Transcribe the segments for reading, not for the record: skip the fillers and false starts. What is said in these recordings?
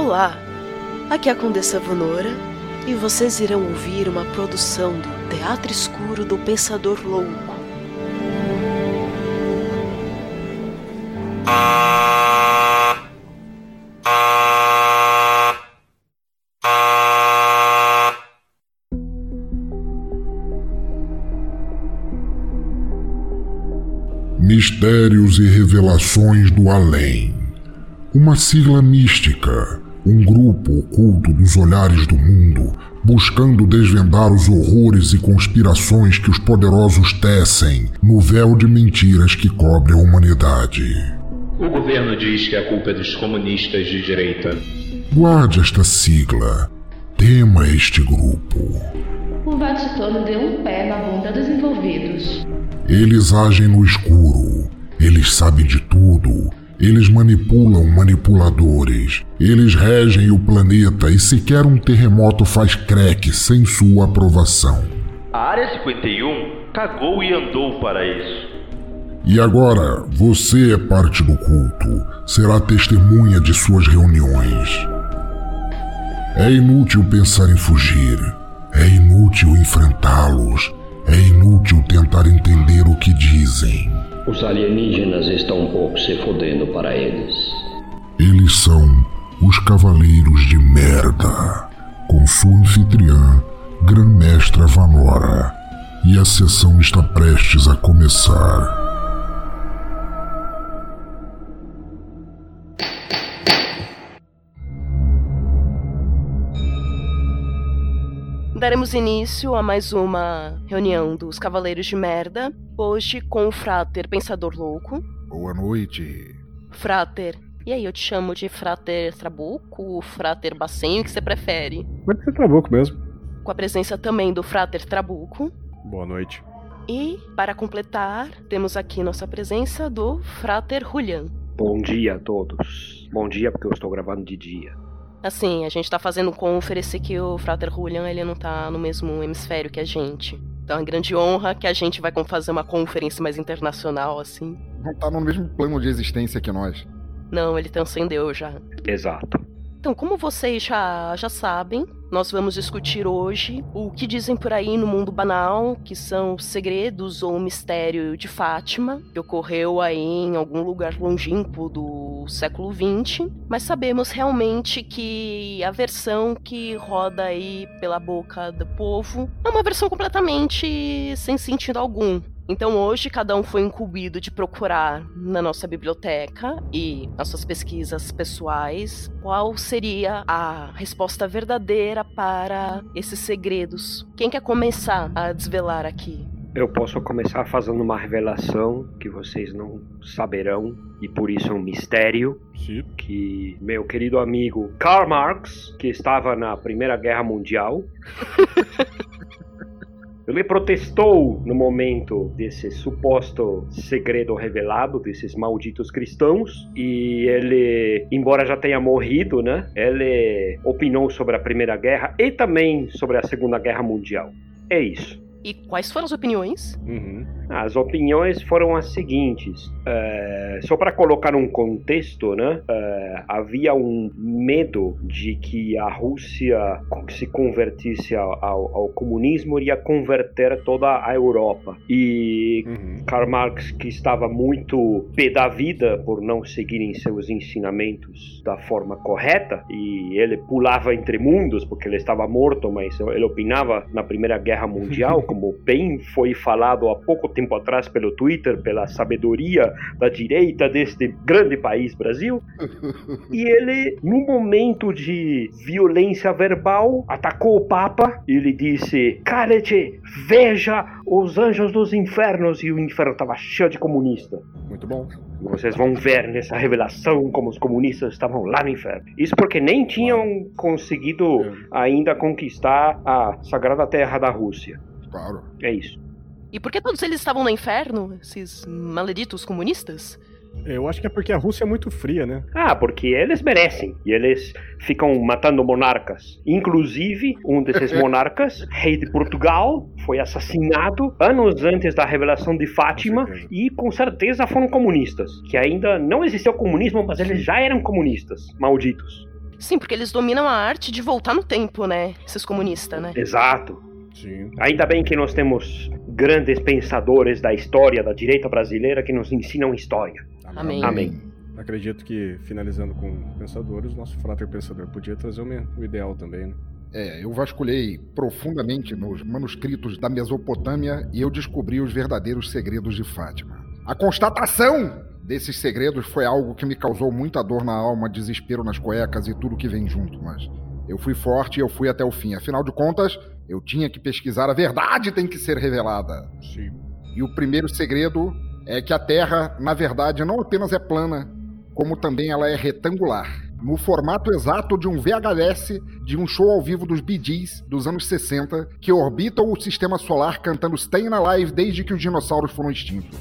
Olá, aqui é a Condessa Vonora e vocês irão ouvir uma produção do Teatro Escuro do Pensador Louco. Mistérios e Revelações do Além. Uma sigla mística, um grupo oculto dos olhares do mundo, buscando desvendar os horrores e conspirações que os poderosos tecem no véu de mentiras que cobre a humanidade. O governo diz que a culpa é dos comunistas de direita. Guarde esta sigla. Tema este grupo. O Vaticano deu um pé na bunda dos envolvidos. Eles agem no escuro. Eles sabem de tudo. Eles manipulam manipuladores. Eles regem o planeta e sequer um terremoto faz creque sem sua aprovação. A Área 51 cagou e andou para isso. E agora, você é parte do culto. Será testemunha de suas reuniões. É inútil pensar em fugir. É inútil enfrentá-los. É inútil tentar entender o que dizem. Os alienígenas estão um pouco se fodendo para eles. Eles são os Cavaleiros de Merda, com sua anfitriã, Grã-Mestra Vanora. E a sessão está prestes a começar. Daremos início a mais uma reunião dos Cavaleiros de Merda, hoje com o Frater Pensador Louco. Boa noite. Frater, e aí eu te chamo de Frater Trabuco, Frater Bacenho, o que você prefere? Pode ser Trabuco mesmo. Com a presença também do Frater Trabuco. Boa noite. E, para completar, temos aqui nossa presença do Frater Julian. Bom dia a todos. Bom dia porque eu estou gravando de dia. Assim, a gente tá fazendo conferência que o Frater Julian, ele não tá no mesmo hemisfério que a gente. Então é uma grande honra que a gente vai fazer uma conferência mais internacional, assim. Não tá no mesmo plano de existência que nós. Não, ele transcendeu já. Exato. Então, como vocês já sabem, nós vamos discutir hoje o que dizem por aí no mundo banal, que são os segredos ou o mistério de Fátima, que ocorreu aí em algum lugar longínquo do século XX, mas sabemos realmente que a versão que roda aí pela boca do povo é uma versão completamente sem sentido algum. Então hoje cada um foi incumbido de procurar na nossa biblioteca e nas suas pesquisas pessoais qual seria a resposta verdadeira para esses segredos. Quem quer começar a desvelar aqui? Eu posso começar fazendo uma revelação que vocês não saberão e por isso é um mistério. Sim. Que meu querido amigo Karl Marx, que estava na Primeira Guerra Mundial... Ele protestou no momento desse suposto segredo revelado desses malditos cristãos e ele, embora já tenha morrido, né, ele opinou sobre a Primeira Guerra e também sobre a Segunda Guerra Mundial. É isso. E quais foram as opiniões? As opiniões foram as seguintes. Só para colocar um contexto, né? Havia um medo de que a Rússia se convertisse ao comunismo iria converter toda a Europa. E Karl Marx, que estava muito pé da vida por não seguirem seus ensinamentos da forma correta, e ele pulava entre mundos porque ele estava morto, mas ele opinava na Primeira Guerra Mundial, como bem foi falado há pouco tempo atrás pelo Twitter, pela sabedoria da direita deste grande país, Brasil. E ele, num momento de violência verbal, atacou o Papa. Ele disse: "Cala-te, veja os anjos dos infernos", e o inferno estava cheio de comunista. Muito bom. E vocês vão ver nessa revelação como os comunistas estavam lá no inferno. Isso porque nem tinham conseguido ainda conquistar a Sagrada Terra da Rússia. Claro. É isso. E por que todos eles estavam no inferno, esses malditos comunistas? Eu acho que é porque a Rússia é muito fria, né? Porque eles merecem. E eles ficam matando monarcas. Inclusive, um desses monarcas, rei de Portugal, foi assassinado anos antes da revelação de Fátima. E com certeza foram comunistas. Que ainda não existia o comunismo, mas eles já eram comunistas. Malditos. Sim, porque eles dominam a arte de voltar no tempo, né? Esses comunistas, né? Exato. Sim. Ainda bem que nós temos grandes pensadores da história, da direita brasileira, que nos ensinam história. Amém. Amém. Acredito que, finalizando com pensadores, nosso frater pensador podia trazer o ideal também, né? Eu vasculhei profundamente nos manuscritos da Mesopotâmia e eu descobri os verdadeiros segredos de Fátima. A constatação desses segredos foi algo que me causou muita dor na alma, desespero nas cuecas e tudo que vem junto, mas eu fui forte e eu fui até o fim. Afinal de contas, eu tinha que pesquisar, a verdade tem que ser revelada. Sim. E o primeiro segredo é que a Terra, na verdade, não apenas é plana, como também ela é retangular. No formato exato de um VHS de um show ao vivo dos Bee Gees dos anos 60, que orbitam o sistema solar cantando Stayin' Alive desde que os dinossauros foram extintos.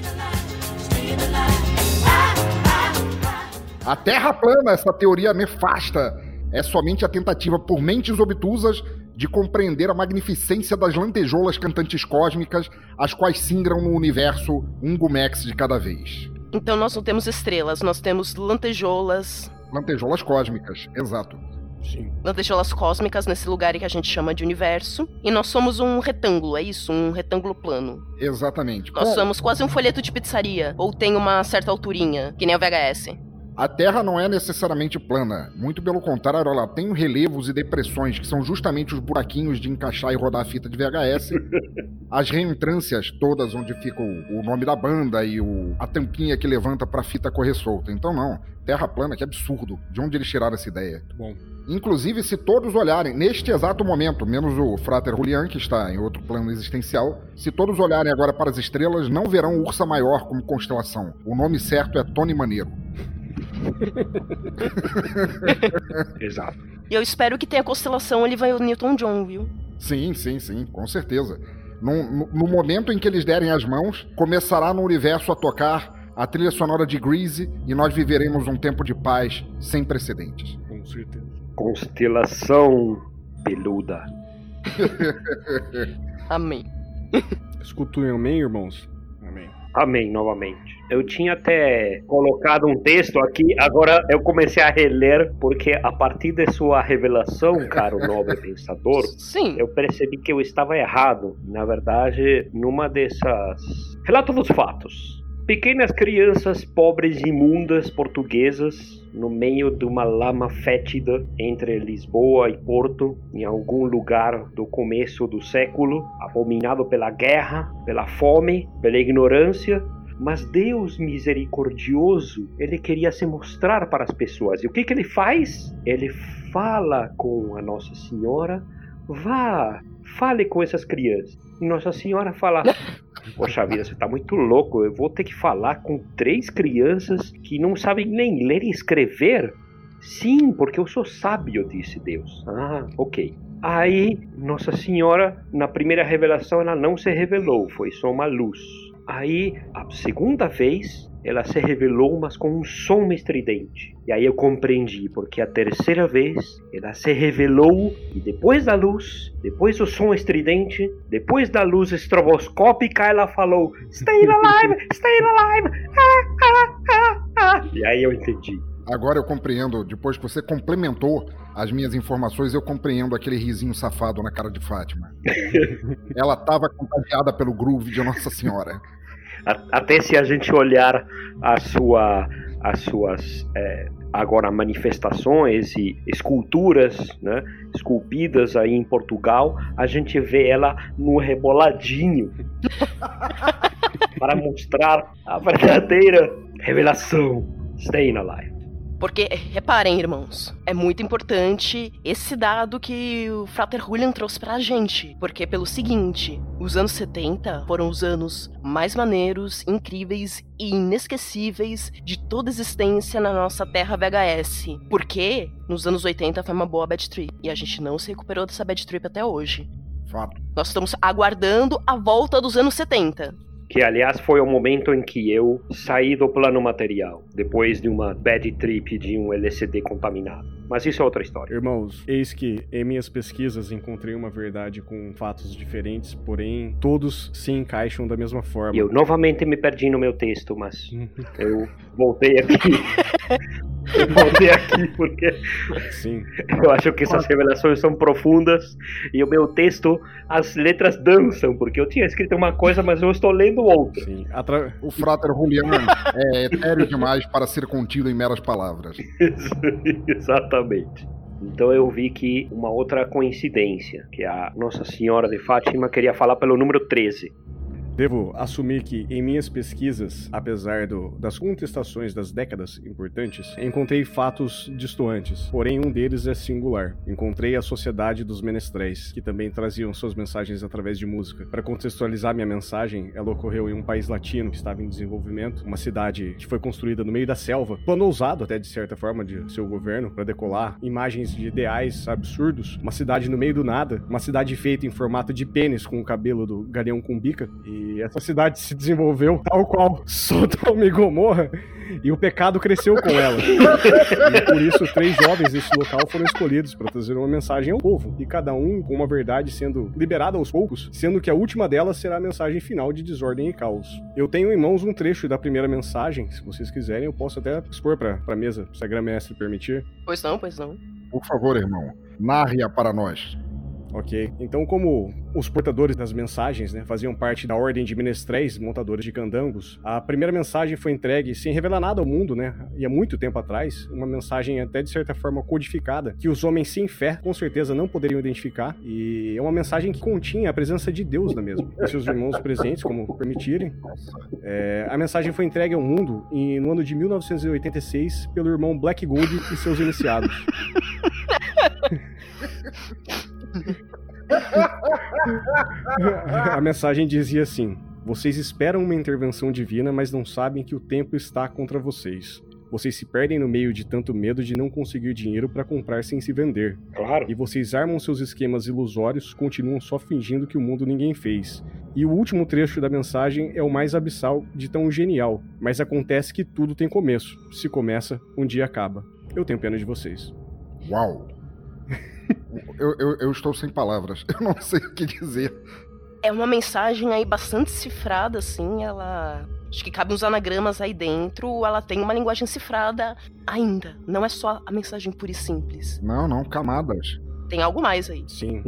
A Terra plana, essa teoria nefasta, é somente a tentativa por mentes obtusas de compreender a magnificência das lantejoulas cantantes cósmicas, as quais singram no universo um gumex de cada vez. Então nós não temos estrelas, nós temos lantejoulas. Lantejoulas cósmicas, exato. Sim. Lantejoulas cósmicas nesse lugar que a gente chama de universo. E nós somos um retângulo, é isso? Um retângulo plano. Exatamente. Nós somos quase um folheto de pizzaria. Ou tem uma certa alturinha, que nem o VHS. A Terra não é necessariamente plana, muito pelo contrário, ela tem relevos e depressões, que são justamente os buraquinhos de encaixar e rodar a fita de VHS, as reentrâncias todas onde fica o nome da banda e a tampinha que levanta pra fita correr solta. Então não, Terra plana, que absurdo, de onde eles tiraram essa ideia? Muito bom. Inclusive, se todos olharem, neste exato momento, menos o Frater Julian, que está em outro plano existencial, se todos olharem agora para as estrelas, não verão Ursa Maior como constelação. O nome certo é Tony Maneiro. Exato. E eu espero que tenha constelação Olivia Newton-John, viu? Sim, com certeza. No momento em que eles derem as mãos, começará no universo a tocar a trilha sonora de Grease e nós viveremos um tempo de paz sem precedentes. Com certeza. Constelação peluda. Amém. Escutem amém, irmãos? Amém. Amém, novamente. Eu tinha até colocado um texto aqui, agora eu comecei a reler, porque a partir de sua revelação, caro nobre pensador, Sim. eu percebi que eu estava errado. Na verdade, numa dessas... Relato dos fatos. Pequenas crianças pobres e imundas portuguesas, no meio de uma lama fétida entre Lisboa e Porto, em algum lugar do começo do século, abominado pela guerra, pela fome, pela ignorância, mas Deus misericordioso, ele queria se mostrar para as pessoas. E o que ele faz? Ele fala com a Nossa Senhora, vá, fale com essas crianças. E Nossa Senhora fala, poxa vida, você tá muito louco, eu vou ter que falar com 3 crianças que não sabem nem ler e escrever? Sim, porque eu sou sábio, disse Deus. Ah, ok. Aí, Nossa Senhora, na primeira revelação, ela não se revelou, foi só uma luz. Aí, a segunda vez, ela se revelou, mas com um som estridente. E aí eu compreendi, porque a terceira vez, ela se revelou, e depois da luz, depois do som estridente, depois da luz estroboscópica, ela falou, Stayin' Alive, Stayin' Alive, E aí eu entendi. Agora eu compreendo, depois que você complementou as minhas informações, eu compreendo aquele risinho safado na cara de Fátima. Ela estava contagiada pelo groove de Nossa Senhora. Até se a gente olhar as suas agora manifestações e esculturas, né, esculpidas aí em Portugal, a gente vê ela no reboladinho para mostrar a verdadeira revelação. Stayin' Alive. Porque, reparem, irmãos, é muito importante esse dado que o Frater Julian trouxe pra gente. Porque, pelo seguinte, os anos 70 foram os anos mais maneiros, incríveis e inesquecíveis de toda a existência na nossa terra VHS. Porque, nos anos 80 foi uma boa bad trip. E a gente não se recuperou dessa bad trip até hoje. Fato. Nós estamos aguardando a volta dos anos 70. Que, aliás, foi o momento em que eu saí do plano material, depois de uma bad trip de um LSD contaminado. Mas isso é outra história. Irmãos, eis que em minhas pesquisas encontrei uma verdade com fatos diferentes, porém todos se encaixam da mesma forma. E eu novamente me perdi no meu texto, mas eu voltei aqui. Eu voltei aqui porque Sim. eu acho que essas revelações são profundas e o meu texto, as letras dançam, porque eu tinha escrito uma coisa, mas eu estou lendo outra. Sim. O Frater Julian é etéreo demais para ser contido em meras palavras. Exatamente. Então eu vi que uma outra coincidência, que a Nossa Senhora de Fátima queria falar pelo número 13. Devo assumir que, em minhas pesquisas, apesar das contestações das décadas importantes, encontrei fatos distoantes, porém um deles é singular. Encontrei a Sociedade dos Menestréis, que também traziam suas mensagens através de música. Para contextualizar minha mensagem, ela ocorreu em um país latino que estava em desenvolvimento, uma cidade que foi construída no meio da selva, plano ousado até de certa forma de seu governo, para decolar, imagens de ideais absurdos, uma cidade no meio do nada, uma cidade feita em formato de pênis com o cabelo do Galeão Cumbica, e essa cidade se desenvolveu tal qual Sodoma e Gomorra, e o pecado cresceu com ela. E por isso 3 jovens desse local foram escolhidos para trazer uma mensagem ao povo, e cada um com uma verdade sendo liberada aos poucos, sendo que a última delas será a mensagem final de desordem e caos. Eu tenho em mãos um trecho da primeira mensagem, se vocês quiserem eu posso até expor para a mesa, se a Grã-Mestre permitir. Pois não, pois não. Por favor, irmão, narre-a para nós. Ok, então como os portadores das mensagens, né, faziam parte da ordem de menestréis, montadores de candangos, a primeira mensagem foi entregue sem revelar nada ao mundo, né, e há muito tempo atrás, uma mensagem até de certa forma codificada, que os homens sem fé com certeza não poderiam identificar, e é uma mensagem que continha a presença de Deus na mesma, e seus irmãos presentes, como permitirem. A mensagem foi entregue ao mundo no ano de 1986 pelo irmão Black Gold e seus iniciados. A mensagem dizia assim: vocês esperam uma intervenção divina, mas não sabem que o tempo está contra vocês. Vocês se perdem no meio de tanto medo de não conseguir dinheiro para comprar sem se vender. Claro. E vocês armam seus esquemas ilusórios, continuam só fingindo que o mundo ninguém fez. E o último trecho da mensagem é o mais abissal de tão genial, mas acontece que tudo tem começo. Se começa, um dia acaba. Eu tenho pena de vocês. Uau! Eu estou sem palavras. Eu não sei o que dizer. É uma mensagem aí bastante cifrada, assim, ela... Acho que cabe uns anagramas aí dentro, ela tem uma linguagem cifrada ainda. Não é só a mensagem pura e simples. Não, camadas. Tem algo mais aí. Sim.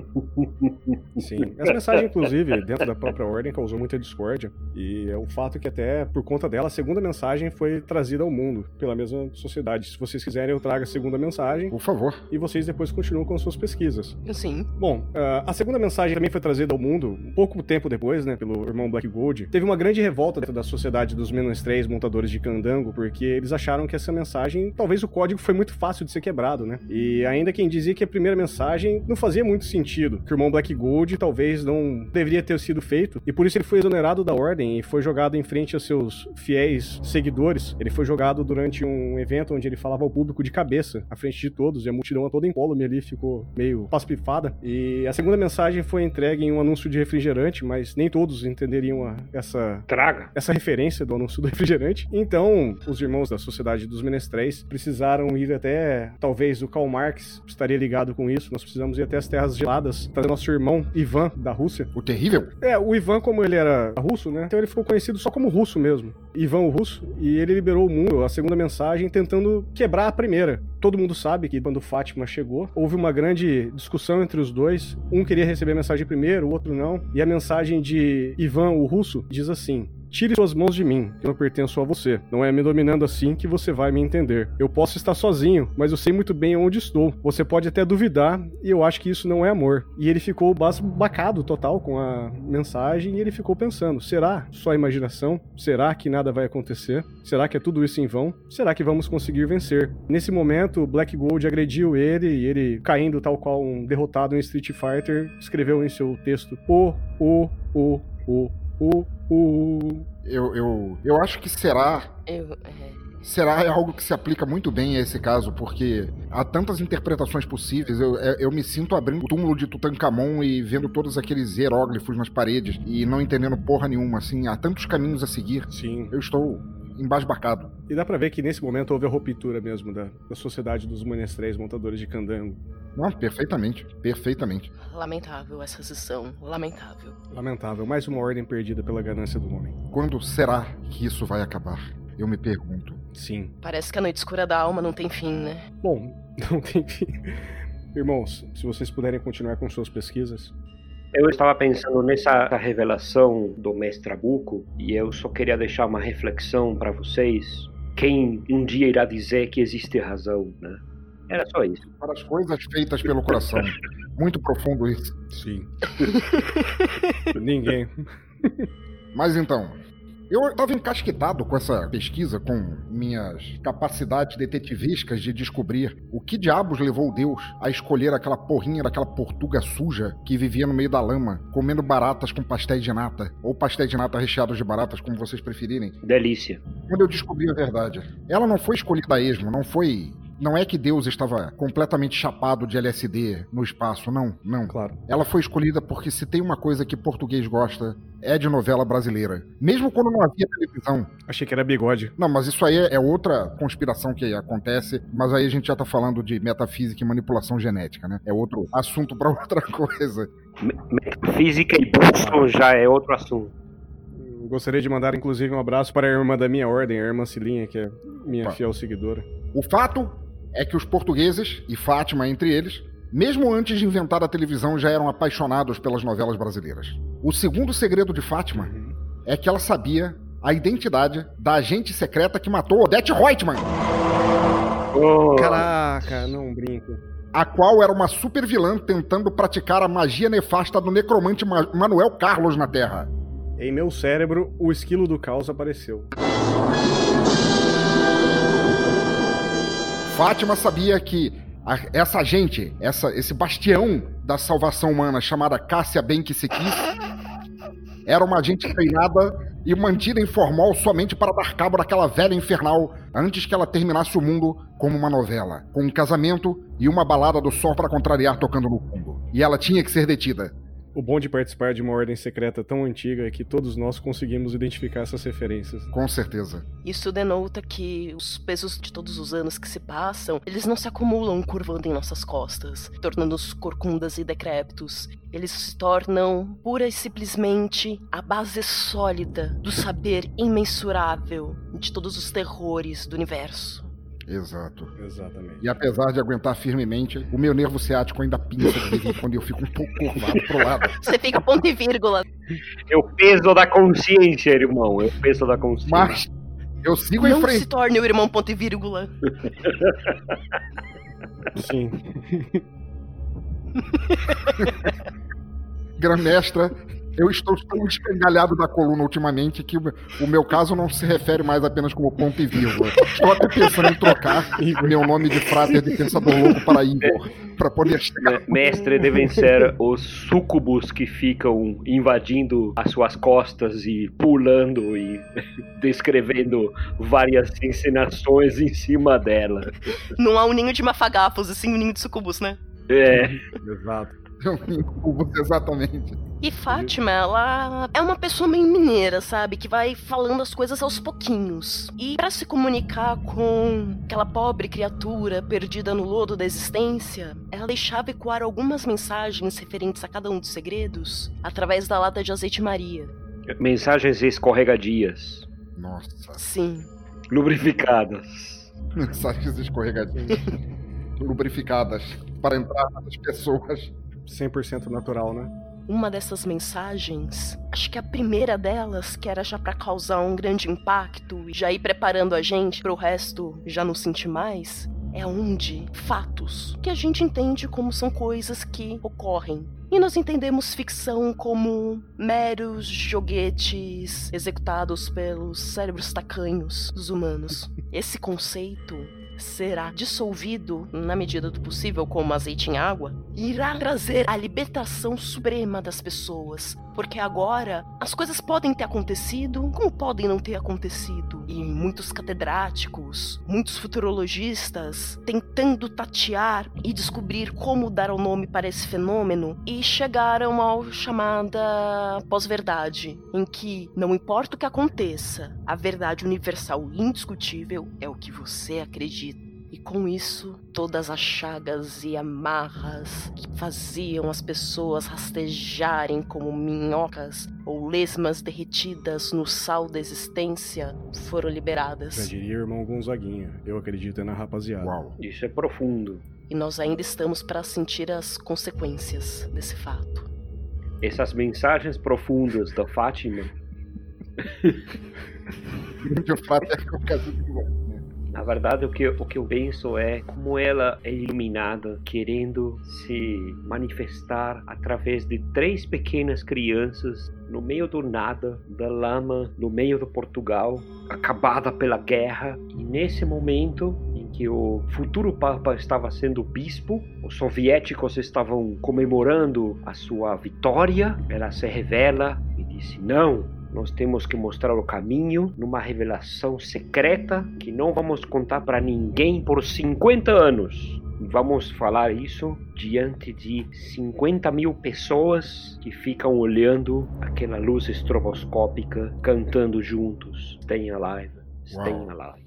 Sim. Essa mensagem, inclusive, dentro da própria ordem, causou muita discórdia. E é o fato que até, por conta dela, a segunda mensagem foi trazida ao mundo pela mesma sociedade. Se vocês quiserem, eu trago a segunda mensagem. Por favor. E vocês depois continuam com as suas pesquisas. Sim. Bom, a segunda mensagem também foi trazida ao mundo um pouco tempo depois, né, pelo irmão Black Gold. Teve uma grande revolta dentro da sociedade dos menestréis montadores de candango, porque eles acharam que essa mensagem, talvez o código foi muito fácil de ser quebrado, né? E ainda quem dizia que a primeira mensagem não fazia muito sentido, que o irmão Black Gold talvez não deveria ter sido feito, e por isso ele foi exonerado da ordem e foi jogado em frente aos seus fiéis seguidores. Ele foi jogado durante um evento onde ele falava ao público de cabeça, à frente de todos, e a multidão toda incólume ali ficou meio paspifada. E a segunda mensagem foi entregue em um anúncio de refrigerante, mas nem todos entenderiam essa referência do anúncio do refrigerante. Então, os irmãos da Sociedade dos Menestréis precisaram ir até, talvez o Karl Marx estaria ligado com isso, nós precisamos ir até as terras geladas, trazer nosso irmão Ivan, da Rússia. O terrível? O Ivan, como ele era russo, né? Então ele ficou conhecido só como russo mesmo. Ivan o Russo. E ele liberou o mundo, a segunda mensagem, tentando quebrar a primeira. Todo mundo sabe que quando Fátima chegou, houve uma grande discussão entre os dois. Um queria receber a mensagem primeiro, o outro não. E a mensagem de Ivan o Russo diz assim: tire suas mãos de mim, eu não pertenço a você. Não é me dominando assim que você vai me entender. Eu posso estar sozinho, mas eu sei muito bem onde estou. Você pode até duvidar, e eu acho que isso não é amor. E ele ficou basbacado total com a mensagem, e ele ficou pensando, será só imaginação? Será que nada vai acontecer? Será que é tudo isso em vão? Será que vamos conseguir vencer? Nesse momento, Black Gold agrediu ele, e ele, caindo tal qual um derrotado em Street Fighter, escreveu em seu texto, Eu acho que será é algo que se aplica muito bem a esse caso, porque há tantas interpretações possíveis. Eu me sinto abrindo o túmulo de Tutankhamon e vendo todos aqueles hieróglifos nas paredes e não entendendo porra nenhuma, assim, há tantos caminhos a seguir. Sim. Eu estou embasbacado. E dá pra ver que nesse momento houve a ruptura mesmo da Sociedade dos Menestréis Montadores de Candango. Não, perfeitamente. Lamentável essa sessão, lamentável. Lamentável, mais uma ordem perdida pela ganância do homem. Quando será que isso vai acabar? Eu me pergunto. Sim. Parece que a noite escura da alma não tem fim, né? Bom, não tem fim. Irmãos, se vocês puderem continuar com suas pesquisas. Eu estava pensando nessa revelação do Mestre Trabuco e eu só queria deixar uma reflexão para vocês. Quem um dia irá dizer que existe razão, né? Era só isso. Para as coisas feitas pelo coração. Muito profundo isso. Sim. Ninguém. Mas então, eu estava encasquetado com essa pesquisa, com minhas capacidades detetivísticas de descobrir o que diabos levou Deus a escolher aquela porrinha daquela portuga suja que vivia no meio da lama, comendo baratas com pastéis de nata, ou pastéis de nata recheados de baratas, como vocês preferirem. Delícia. Quando eu descobri a verdade, ela não foi escolhida a esmo, não é que Deus estava completamente chapado de LSD no espaço, não. Claro. Ela foi escolhida porque se tem uma coisa que português gosta, é de novela brasileira. Mesmo quando não havia televisão. Achei que era bigode. Não, mas isso aí é outra conspiração que acontece, mas aí a gente já tá falando de metafísica e manipulação genética, né? É outro assunto pra outra coisa. Metafísica e bolso já é outro assunto. Gostaria de mandar, inclusive, um abraço para a irmã da minha ordem, a irmã Cilinha, que é minha fiel seguidora. O fato é que os portugueses, e Fátima entre eles, mesmo antes de inventar a televisão, já eram apaixonados pelas novelas brasileiras. O segundo segredo de Fátima é que ela sabia a identidade da agente secreta que matou Odete Reutemann. Oh. Caraca, não brinco. A qual era uma super vilã tentando praticar a magia nefasta do necromante Manuel Carlos na Terra. Em meu cérebro, o esquilo do caos apareceu. Fátima sabia que essa agente, esse bastião da salvação humana chamada Cássia Benkisekis, era uma agente treinada e mantida em formol somente para dar cabo daquela velha infernal antes que ela terminasse o mundo como uma novela, com um casamento e uma balada do sol para contrariar tocando no fundo. E ela tinha que ser detida. O bom de participar de uma ordem secreta tão antiga é que todos nós conseguimos identificar essas referências. Com certeza. Isso denota que os pesos de todos os anos que se passam, eles não se acumulam curvando em nossas costas, tornando-nos corcundas e decrépitos. Eles se tornam pura e simplesmente a base sólida do saber imensurável de todos os terrores do universo. Exato. Exatamente. E apesar de aguentar firmemente, o meu nervo ciático ainda pinça de vez em quando eu fico um pouco curvado pro lado. Você fica ponto e vírgula. É o peso da consciência, irmão. É o peso da consciência. Mas eu sigo em frente. Não se torne o irmão ponto e vírgula. Sim. Grã-mestra, eu estou tão escangalhado da coluna ultimamente que o meu caso não se refere mais apenas como ponto e vírgula. Estou até pensando em trocar meu nome de Frater de Pensador Louco para Igor, para poder chegar. Mestre, devem ser os súcubos que ficam invadindo as suas costas e pulando e descrevendo várias encenações em cima dela. Não há um ninho de mafagafos, assim um ninho de sucubus, né? É. Exato. Exatamente. E Fátima, ela é uma pessoa meio mineira, sabe? Que vai falando as coisas aos pouquinhos. E pra se comunicar com aquela pobre criatura perdida no lodo da existência, ela deixava ecoar algumas mensagens referentes a cada um dos segredos através da lata de azeite Maria. Mensagens escorregadias. Nossa. Sim. Lubrificadas. Mensagens escorregadias. Lubrificadas para entrar nas pessoas. 100% natural, né? Uma dessas mensagens, acho que a primeira delas, que era já pra causar um grande impacto e já ir preparando a gente pro resto já não sentir mais, é onde fatos, que a gente entende como são coisas que ocorrem. E nós entendemos ficção como meros joguetes executados pelos cérebros tacanhos dos humanos. Esse conceito será dissolvido na medida do possível como azeite em água e irá trazer a libertação suprema das pessoas, porque agora as coisas podem ter acontecido como podem não ter acontecido, e muitos catedráticos, muitos futurologistas tentando tatear e descobrir como dar o nome para esse fenômeno e chegaram ao chamada pós-verdade, em que não importa o que aconteça, a verdade universal e indiscutível é o que você acredita. E com isso, todas as chagas e amarras que faziam as pessoas rastejarem como minhocas ou lesmas derretidas no sal da existência foram liberadas. Já diria irmão Gonzaguinha, eu acredito na rapaziada. Uau. Isso é profundo. E nós ainda estamos para sentir as consequências desse fato. Essas mensagens profundas da Fátima... De fato, é um caso de bom. Na verdade, o que eu penso é como ela é iluminada, querendo se manifestar através de 3 pequenas crianças no meio do nada, da lama, no meio do Portugal, acabada pela guerra. E nesse momento em que o futuro Papa estava sendo bispo, os soviéticos estavam comemorando a sua vitória, ela se revela e disse: não, nós temos que mostrar o caminho numa revelação secreta que não vamos contar para ninguém por 50 anos. Vamos falar isso diante de 50 mil pessoas que ficam olhando aquela luz estroboscópica, cantando juntos. Stay alive, stay alive.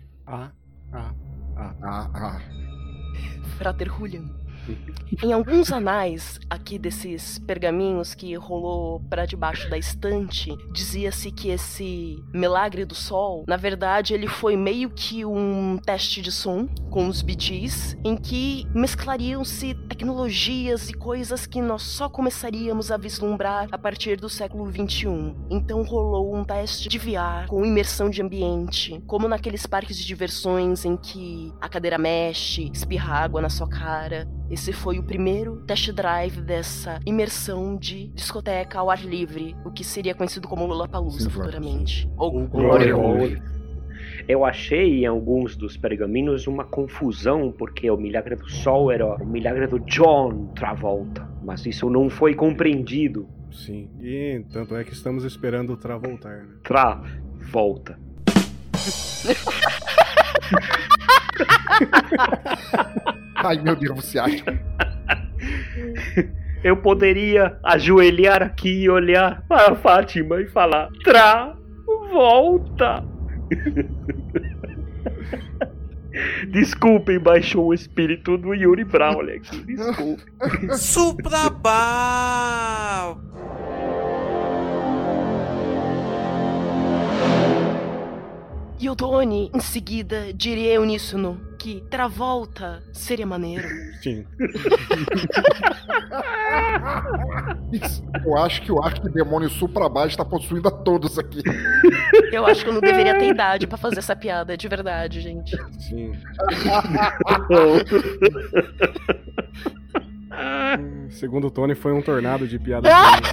Frater Julian, em alguns anais aqui desses pergaminhos que rolou para debaixo da estante, dizia-se que esse milagre do sol, na verdade, ele foi meio que um teste de som com os Bee Gees, em que mesclariam-se tecnologias e coisas que nós só começaríamos a vislumbrar a partir do século XXI. Então rolou um teste de VR com imersão de ambiente, como naqueles parques de diversões em que a cadeira mexe, espirra água na sua cara. Esse foi o primeiro test drive dessa imersão de discoteca ao ar livre, o que seria conhecido como Lollapalooza futuramente. Ou Glory Hole. Eu achei em alguns dos pergaminhos uma confusão, porque o milagre do sol era o milagre do John Travolta, mas isso não foi compreendido. Sim, e tanto é que estamos esperando o Travoltar, né? Travolta. Ai, meu Deus, você acha? Eu poderia ajoelhar aqui e olhar para a Fátima e falar: Travolta. Desculpem, baixou o espírito do Yuri Brawley aqui. Desculpe. Suprabá! E o Tony, em seguida, diria eu uníssono que Travolta seria maneiro. Sim. Eu acho que o arquidemônio Suprabá está possuindo a todos aqui. Eu acho que eu não deveria ter idade pra fazer essa piada, de verdade, gente. Sim. Segundo o Tony, foi um tornado de piadas.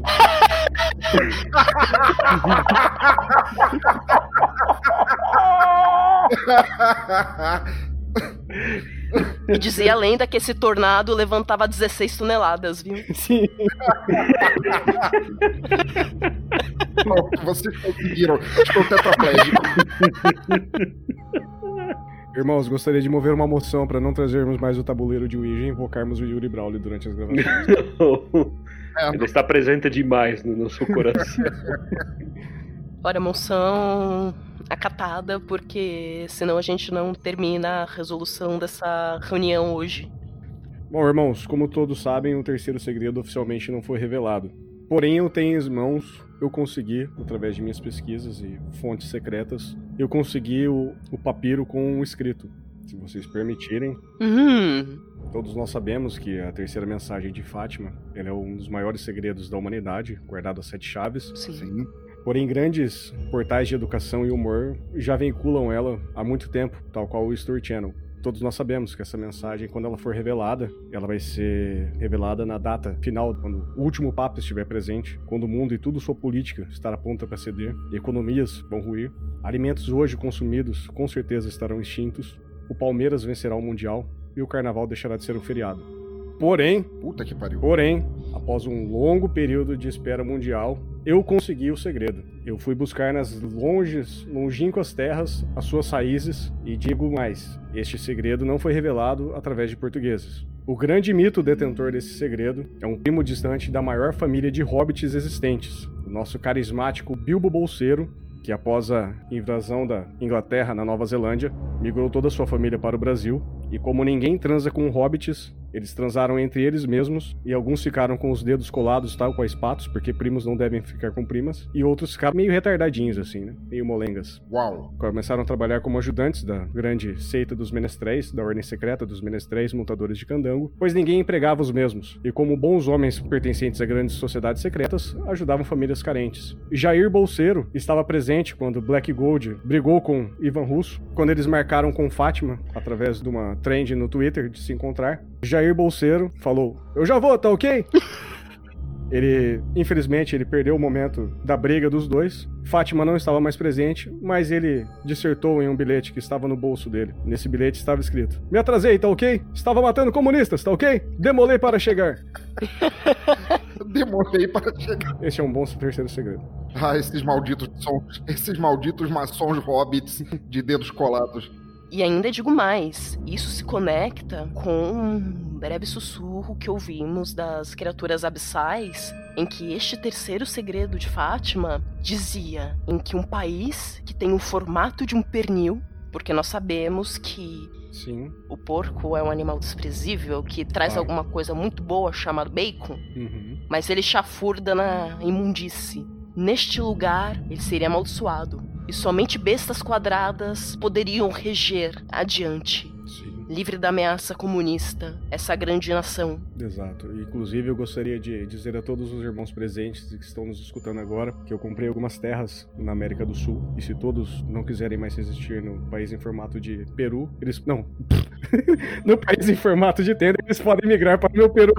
E dizia a lenda que esse tornado levantava 16 toneladas, viu? Sim. Vocês conseguiram. Estou tetraplégico. Irmãos, gostaria de mover uma moção para não trazermos mais o tabuleiro de Ouija e invocarmos o Yuri Brawley durante as gravações. Ele está presente demais no nosso coração. Ora, moção acatada, porque senão a gente não termina a resolução dessa reunião hoje. Bom, irmãos, como todos sabem, o terceiro segredo oficialmente não foi revelado. Porém, eu tenho em mãos, eu consegui, através de minhas pesquisas e fontes secretas, eu consegui o papiro com um escrito. Se vocês permitirem. Todos nós sabemos que a terceira mensagem de Fátima, ela é um dos maiores segredos da humanidade, guardado a 7 chaves. Sim. Porém, grandes portais de educação e humor já vinculam ela há muito tempo, tal qual o History Channel. Todos nós sabemos que essa mensagem, quando ela for revelada, ela vai ser revelada na data final, quando o último Papa estiver presente, quando o mundo e tudo sua política estará pronta para ceder, economias vão ruir, alimentos hoje consumidos com certeza estarão extintos, o Palmeiras vencerá o Mundial e o Carnaval deixará de ser um feriado. Porém, puta que pariu. Porém, após um longo período de espera mundial, eu consegui o segredo. Eu fui buscar nas longínquas terras as suas raízes e digo mais, este segredo não foi revelado através de portugueses. O grande mito detentor desse segredo é um primo distante da maior família de hobbits existentes, o nosso carismático Bilbo Bolseiro, que após a invasão da Inglaterra na Nova Zelândia, migrou toda a sua família para o Brasil E como ninguém transa com hobbits, eles transaram entre eles mesmos, e alguns ficaram com os dedos colados, tal, com as patos, porque primos não devem ficar com primas, e outros ficaram meio retardadinhos, assim, né? Meio molengas. Uau! Começaram a trabalhar como ajudantes da grande seita dos menestréis, da ordem secreta dos menestréis montadores de candango, pois ninguém empregava os mesmos, e como bons homens pertencentes a grandes sociedades secretas, ajudavam famílias carentes. E Jair Bolseiro estava presente quando Black Gold brigou com Ivan Russo, quando eles marcaram com Fátima, através de uma trend no Twitter, de se encontrar. Jair Bolseiro falou, eu já vou, tá ok? Infelizmente, ele perdeu o momento da briga dos dois. Fátima não estava mais presente, mas ele dissertou em um bilhete que estava no bolso dele. Nesse bilhete estava escrito, me atrasei, tá ok? Estava matando comunistas, tá ok? Demolei para chegar. Demorei para chegar. Esse é um bom terceiro segredo. Ah, esses malditos maçons hobbits de dedos colados. E ainda digo mais, isso se conecta com um breve sussurro que ouvimos das criaturas abissais, em que este terceiro segredo de Fátima dizia em que um país que tem o formato de um pernil, porque nós sabemos que Sim. O porco é um animal desprezível que traz alguma coisa muito boa chamada bacon, mas ele chafurda na imundície. Neste lugar, ele seria amaldiçoado. E somente bestas quadradas poderiam reger adiante. Sim. Livre da ameaça comunista, essa grande nação. Exato. Inclusive, eu gostaria de dizer a todos os irmãos presentes que estão nos escutando agora que eu comprei algumas terras na América do Sul. E se todos não quiserem mais existir no país em formato de Peru, eles... Não. No país em formato de tenda, eles podem migrar para o meu Peru.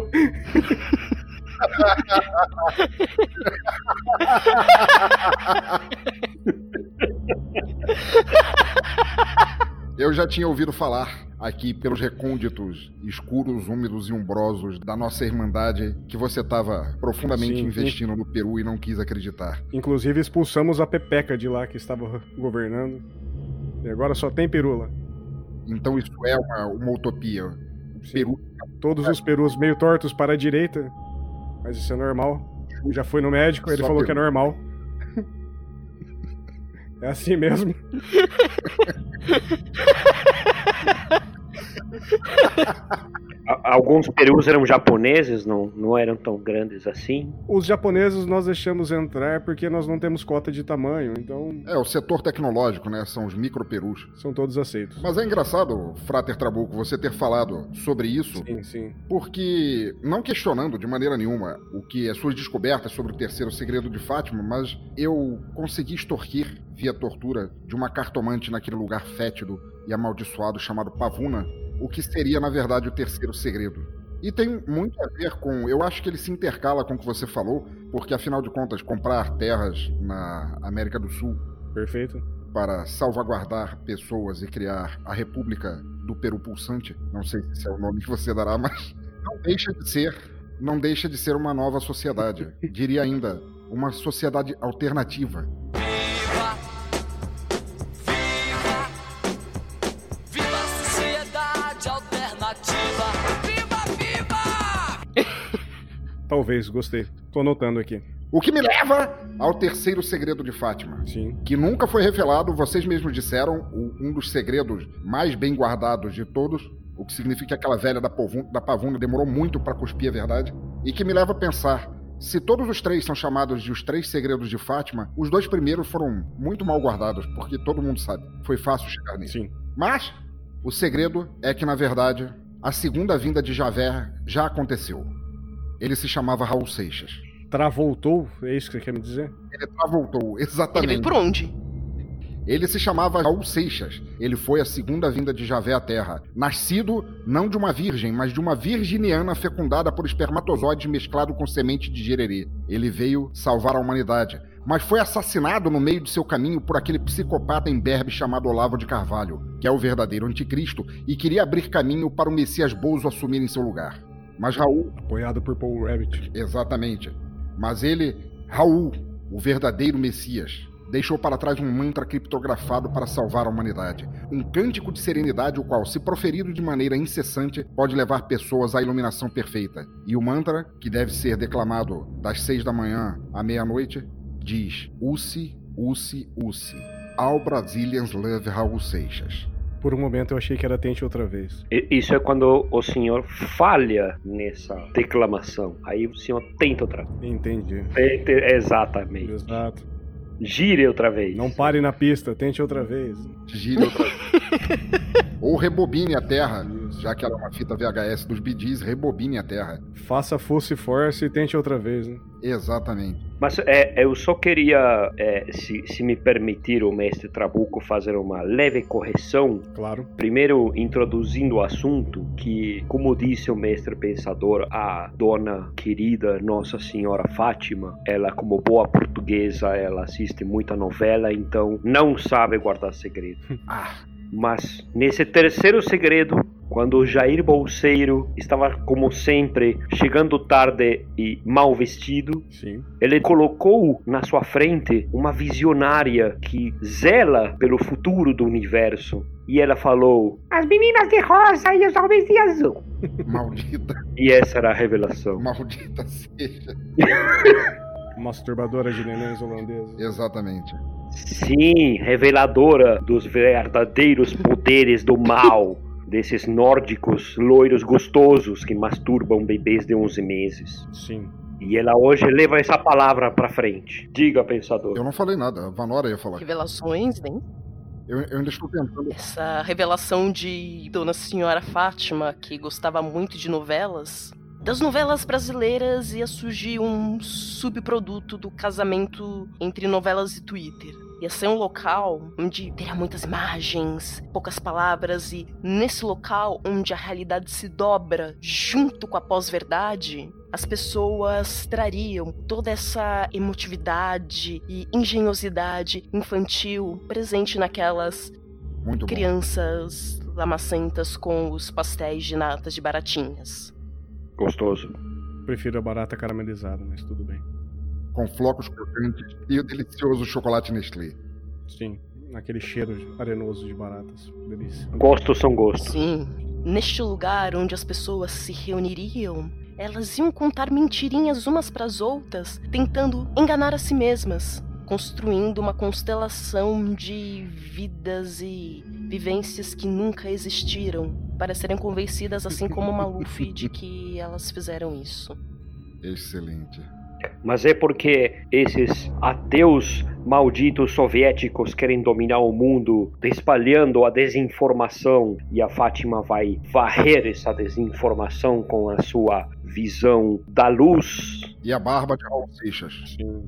Eu já tinha ouvido falar aqui pelos recônditos escuros, úmidos e umbrosos da nossa irmandade que você estava profundamente investindo no Peru e não quis acreditar. Inclusive expulsamos a Pepeca de lá que estava governando. E agora só tem Peru lá. Então isso é uma utopia. Peru. Todos os perus meio tortos para a direita. Mas isso é normal. Já fui no médico, ele falou que é normal. É assim mesmo. Alguns perus eram japoneses, não eram tão grandes assim. Os japoneses nós deixamos entrar porque nós não temos cota de tamanho, então... É, o setor tecnológico, né? São os micro-perus. São todos aceitos. Mas é engraçado, Frater Trabuco, você ter falado sobre isso. Sim, sim. Porque, não questionando de maneira nenhuma o que é suas descobertas sobre o terceiro segredo de Fátima, mas eu consegui extorquir, via tortura, de uma cartomante naquele lugar fétido e amaldiçoado chamado Pavuna, o que seria, na verdade, o terceiro segredo. E tem muito a ver com... Eu acho que ele se intercala com o que você falou, porque, afinal de contas, comprar terras na América do Sul... Perfeito. Para salvaguardar pessoas e criar a República do Peru Pulsante, não sei se é o nome que você dará, mas não deixa de ser uma nova sociedade. Diria ainda, uma sociedade alternativa. Talvez, gostei. Tô anotando aqui. O que me leva ao terceiro segredo de Fátima. Sim. Que nunca foi revelado, vocês mesmos disseram, um dos segredos mais bem guardados de todos, o que significa que aquela velha da Pavuna demorou muito para cuspir a verdade, e que me leva a pensar, se todos os três são chamados de os três segredos de Fátima, os dois primeiros foram muito mal guardados, porque todo mundo sabe, foi fácil chegar nisso. Sim. Mas o segredo é que, na verdade, a segunda vinda de Javert já aconteceu. Ele se chamava Raul Seixas. Travoltou? É isso que você quer me dizer? Ele travoltou, exatamente. Ele veio por onde? Ele se chamava Raul Seixas. Ele foi a segunda vinda de Javert à Terra. Nascido não de uma virgem, mas de uma virginiana fecundada por espermatozoides mesclado com semente de gererê. Ele veio salvar a humanidade, mas foi assassinado no meio de seu caminho por aquele psicopata imberbe chamado Olavo de Carvalho, que é o verdadeiro anticristo e queria abrir caminho para o Messias Bozo assumir em seu lugar. Mas Raul... Apoiado por Paul Rabbit. Exatamente. Mas ele, Raul, o verdadeiro Messias, deixou para trás um mantra criptografado para salvar a humanidade. Um cântico de serenidade, o qual, se proferido de maneira incessante, pode levar pessoas à iluminação perfeita. E o mantra, que deve ser declamado das 6 da manhã à meia-noite, diz: Ussi, Ussi, Ussi. All Brazilians love Raul Seixas. Por um momento eu achei que era tente outra vez. Isso é quando o senhor falha nessa declamação. Aí o senhor tenta outra vez. Entendi. Exatamente. Exato. Gire outra vez. Não pare na pista, tente outra vez. Gire outra vez. Ou rebobine a terra. Já que era uma fita VHS dos Bee Gees, rebobine a terra. Faça force force e tente outra vez, né? Exatamente. Mas eu só queria, se me permitir, o mestre Trabuco, fazer uma leve correção. Claro. Primeiro, introduzindo o assunto, que, como disse o mestre pensador, a dona querida Nossa Senhora Fátima, ela, como boa portuguesa, ela assiste muita novela, então não sabe guardar segredo. Mas, nesse terceiro segredo, quando o Jair Bolseiro estava, como sempre, chegando tarde e mal vestido, sim, ele colocou na sua frente uma visionária que zela pelo futuro do universo. E ela falou: as meninas de rosa e os homens de azul. Maldita. E essa era a revelação. Maldita seja. Masturbadora de nenéns holandesa. Exatamente. Sim, reveladora dos verdadeiros poderes do mal. Desses nórdicos loiros gostosos que masturbam bebês de 11 meses. Sim. E ela hoje leva essa palavra pra frente. Diga, pensador. Eu não falei nada, a Vanora ia falar. Revelações, né? Eu ainda estou tentando. Essa revelação de Dona Senhora Fátima, que gostava muito de novelas. Das novelas brasileiras ia surgir um subproduto do casamento entre novelas e Twitter. Ia ser um local onde teria muitas imagens, poucas palavras, e nesse local onde a realidade se dobra junto com a pós-verdade, as pessoas trariam toda essa emotividade e engenhosidade infantil presente naquelas crianças lamacentas com os pastéis de natas de baratinhas. Gostoso. Prefiro a barata caramelizada, mas tudo bem. Com flocos crocantes e o delicioso chocolate Nestlé. Sim, aquele cheiro arenoso de baratas. Delícia. Gostos são gostos. Sim, neste lugar onde as pessoas se reuniriam, elas iam contar mentirinhas umas pras outras, tentando enganar a si mesmas, construindo uma constelação de vidas e vivências que nunca existiram, para serem convencidas, assim como Maluf, de que elas fizeram isso. Excelente. Mas é porque esses ateus malditos soviéticos querem dominar o mundo, espalhando a desinformação, e a Fátima vai varrer essa desinformação com a sua visão da luz. E a barba de Raul Seixas. Sim.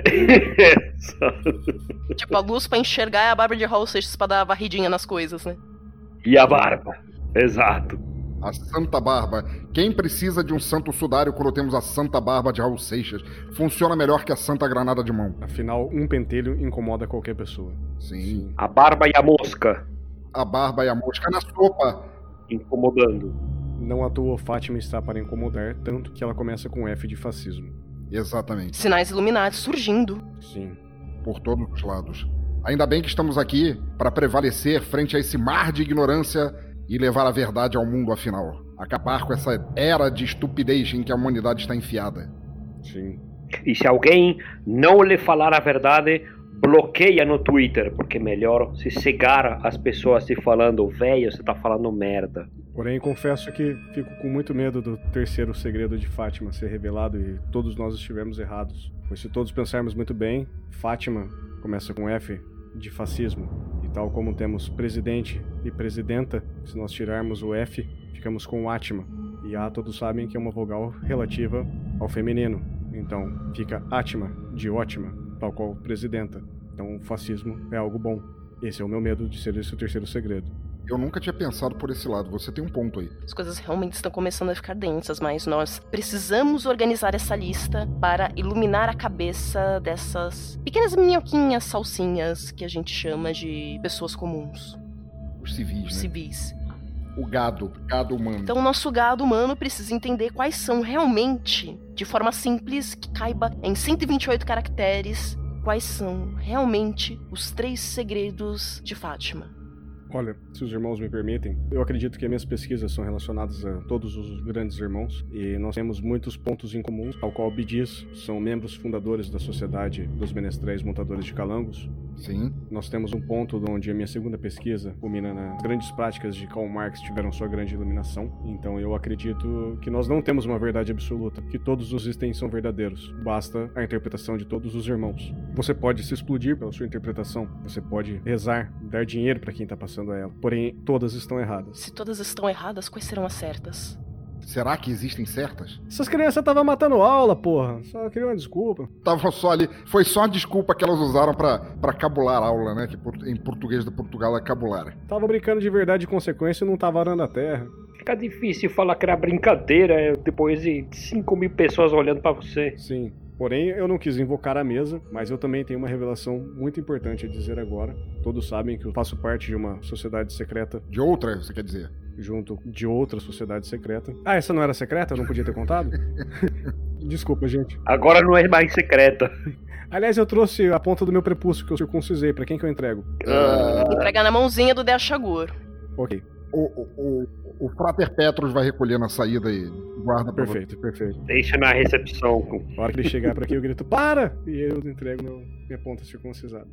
Tipo, a luz pra enxergar é a barba de Raul Seixas pra dar varridinha nas coisas, né? E a barba. Exato. A Santa Barba. Quem precisa de um santo sudário quando temos a Santa Barba de Raul Seixas? Funciona melhor que a Santa Granada de mão. Afinal, um pentelho incomoda qualquer pessoa. Sim. A barba e a mosca. A barba e a mosca na sopa. Incomodando. Não à toa Fátima está para incomodar, tanto que ela começa com F de fascismo. Exatamente. Sinais Illuminati surgindo. Sim. Por todos os lados. Ainda bem que estamos aqui para prevalecer frente a esse mar de ignorância e levar a verdade ao mundo, afinal. Acabar com essa era de estupidez em que a humanidade está enfiada. Sim. E se alguém não lhe falar a verdade, bloqueia no Twitter, porque é melhor se cegar as pessoas te falando, velho, você tá falando merda. Porém, confesso que fico com muito medo do terceiro segredo de Fátima ser revelado e todos nós estivemos errados. Pois se todos pensarmos muito bem, Fátima começa com F de fascismo. E tal como temos presidente e presidenta, se nós tirarmos o F, ficamos com o Atma. E A todos sabem que é uma vogal relativa ao feminino. Então fica Atma de ótima, tal qual presidenta. Então o fascismo é algo bom. Esse é o meu medo de ser esse o terceiro segredo. Eu nunca tinha pensado por esse lado, você tem um ponto aí. As coisas realmente estão começando a ficar densas, mas nós precisamos organizar essa lista para iluminar a cabeça dessas pequenas minhoquinhas salsinhas que a gente chama de pessoas comuns. Os civis, Os né? civis. O gado humano. Então o nosso gado humano precisa entender quais são realmente, de forma simples, que caiba em 128 caracteres, quais são realmente os 3 segredos de Fátima. Olha, se os irmãos me permitem, eu acredito que minhas pesquisas são relacionadas a todos os grandes irmãos e nós temos muitos pontos em comum, ao qual Bidis são membros fundadores da Sociedade dos Menestréis Montadores de Calangos. Sim. Nós temos um ponto onde a minha segunda pesquisa culmina nas grandes práticas de Karl Marx tiveram sua grande iluminação. Então eu acredito que nós não temos uma verdade absoluta, que todos os itens são verdadeiros. Basta a interpretação de todos os irmãos. Você pode se explodir pela sua interpretação, você pode rezar, dar dinheiro para quem tá passando a ela. Porém, todas estão erradas. Se todas estão erradas, quais serão as certas? Será que existem certas? Essas crianças estavam matando aula, porra. Só queria uma desculpa. Tava só ali. Foi só a desculpa que elas usaram pra cabular a aula, né? Que em português de Portugal é cabular. Tava brincando de verdade e consequência e não tava arando a terra. Fica difícil falar que era brincadeira depois de 5.000 pessoas olhando pra você. Sim. Porém, eu não quis invocar a mesa, mas eu também tenho uma revelação muito importante a dizer agora. Todos sabem que eu faço parte de uma sociedade secreta. De outra, você quer dizer? Junto de outra sociedade secreta. Ah, essa não era secreta? Eu não podia ter contado? Desculpa, gente. Agora não é mais secreta. Aliás, eu trouxe a ponta do meu prepúcio que eu circuncisei. Pra quem que eu entrego? Entregar na mãozinha do Deachagur. Ok. O Frater Petros vai recolher na saída e guarda pra Perfeito, perfeito. Deixa na recepção. Na hora que ele chegar por aqui, eu grito, para! E eu entrego minha ponta circuncisada.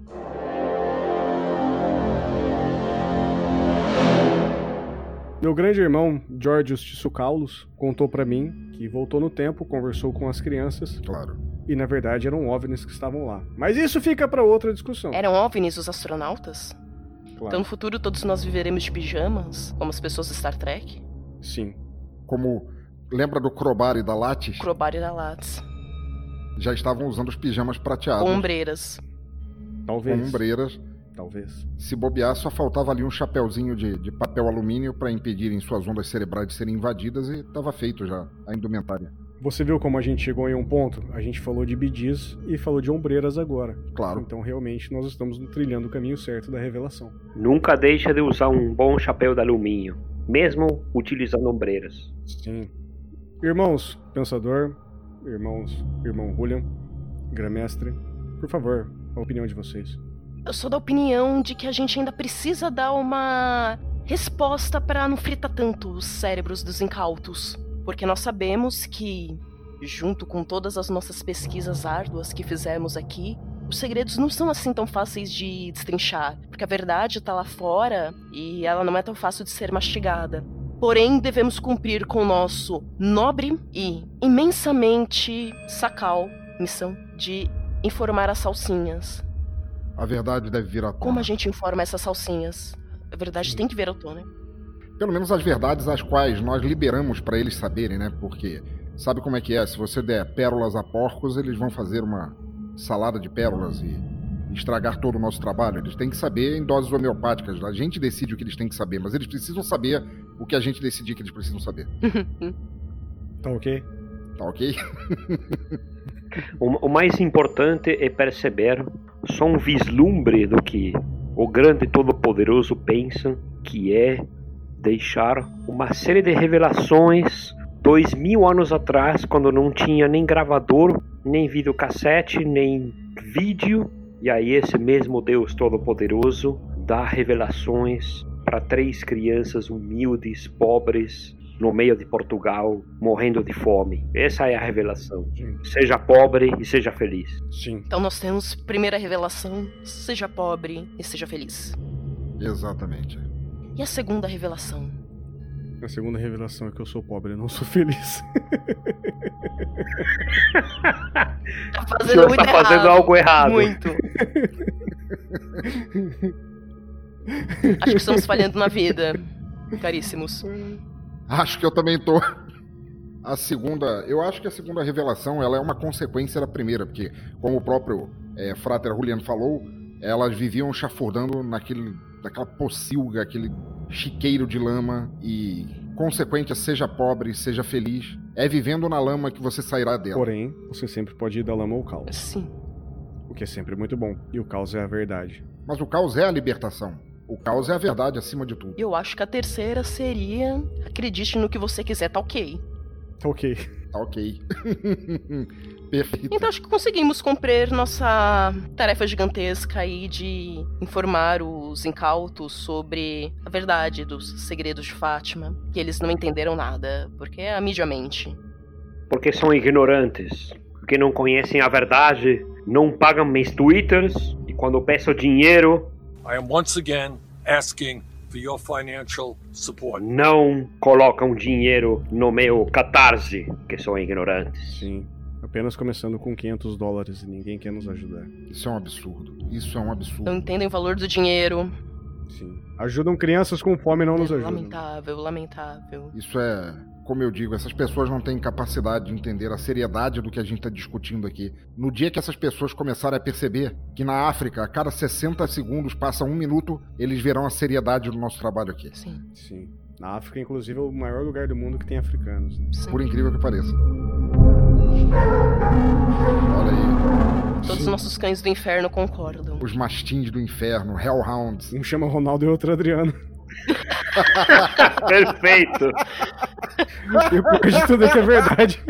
Meu grande irmão, George Justiço Carlos, contou pra mim que voltou no tempo, conversou com as crianças. Claro. E na verdade eram OVNIs que estavam lá. Mas isso fica pra outra discussão. Eram OVNIs os astronautas? Claro. Então no futuro todos nós viveremos de pijamas, como as pessoas do Star Trek? Sim. Como lembra do Crowbar e da Lattes? Crowbar e da Lattes. Já estavam usando os pijamas prateados. Com ombreiras. Talvez. Com ombreiras. Talvez. Se bobear, só faltava ali um chapéuzinho de papel alumínio para impedirem suas ondas cerebrais de serem invadidas e estava feito já a indumentária. Você viu como a gente chegou em um ponto? A gente falou de bidis e falou de ombreiras agora. Claro. Então realmente nós estamos trilhando o caminho certo da revelação. Nunca deixa de usar um bom chapéu de alumínio, mesmo utilizando ombreiras. Sim. Irmãos, Pensador, irmão Julian, Grã-Mestre, por favor, a opinião de vocês. Eu sou da opinião de que a gente ainda precisa dar uma resposta pra não fritar tanto os cérebros dos incautos. Porque nós sabemos que, junto com todas as nossas pesquisas árduas que fizemos aqui, os segredos não são assim tão fáceis de destrinchar. Porque a verdade tá lá fora e ela não é tão fácil de ser mastigada. Porém, devemos cumprir com o nosso nobre e imensamente sacal missão de informar as salsinhas. A verdade deve vir à tona. Como a gente informa essas salsinhas? A verdade tem que vir à tona. Pelo menos as verdades as quais nós liberamos para eles saberem, né? Porque sabe como é que é? Se você der pérolas a porcos, eles vão fazer uma salada de pérolas e estragar todo o nosso trabalho. Eles têm que saber em doses homeopáticas. A gente decide o que eles têm que saber, mas eles precisam saber o que a gente decidir que eles precisam saber. Tá ok? Tá ok? O mais importante é perceber só um vislumbre do que o grande todo-poderoso pensa, que é deixar uma série de revelações 2000 anos atrás, quando não tinha nem gravador, nem videocassete, nem vídeo. E aí esse mesmo Deus todo-poderoso dá revelações para 3 crianças humildes, pobres, no meio de Portugal, morrendo de fome. Essa é a revelação. Seja pobre e seja feliz. Sim. Então nós temos primeira revelação, seja pobre e seja feliz. Exatamente. E a segunda revelação? A segunda revelação é que eu sou pobre e não sou feliz. Tá O fazendo senhor muito está fazendo errado. algo errado. Muito. Acho que estamos falhando na vida, caríssimos. Acho que eu também tô. Eu acho que a segunda revelação ela é uma consequência da primeira, porque, como o próprio Frater Julian falou, elas viviam chafurdando naquela pocilga, aquele chiqueiro de lama, e consequente, seja pobre, seja feliz, é vivendo na lama que você sairá dela. Porém, você sempre pode ir da lama ao caos. Sim. O que é sempre muito bom. E o caos é a verdade. Mas o caos é a libertação. O caos é a verdade acima de tudo. Eu acho que a terceira seria: acredite no que você quiser, tá ok. Tá ok. Tá ok. Perfeito. Então acho que conseguimos cumprir nossa tarefa gigantesca aí de informar os incautos sobre a verdade dos segredos de Fátima, que eles não entenderam nada, porque a mídia mente. Porque são ignorantes, porque não conhecem a verdade, não pagam meus twitters, e quando peço dinheiro... I am once again asking for your financial support. Não colocam dinheiro no meu Catarse, que são ignorantes. Sim, apenas começando com $500 e ninguém quer nos ajudar. Isso é um absurdo. Isso é um absurdo. Não entendem o valor do dinheiro. Sim. Ajudam crianças com fome e não nos ajudam. Lamentável, lamentável. Isso é, como eu digo, essas pessoas não têm capacidade de entender a seriedade do que a gente está discutindo aqui. No dia que essas pessoas começarem a perceber que na África, a cada 60 segundos passa 1 minuto, eles verão a seriedade do nosso trabalho aqui. Sim. Sim. Na África, inclusive, é o maior lugar do mundo que tem africanos. Sim. Por incrível que pareça. Olha aí. Todos os nossos cães do inferno concordam. Os mastins do inferno, Hellhounds. Um chama Ronaldo e outro Adriano. Perfeito. E o pior de tudo é que é verdade.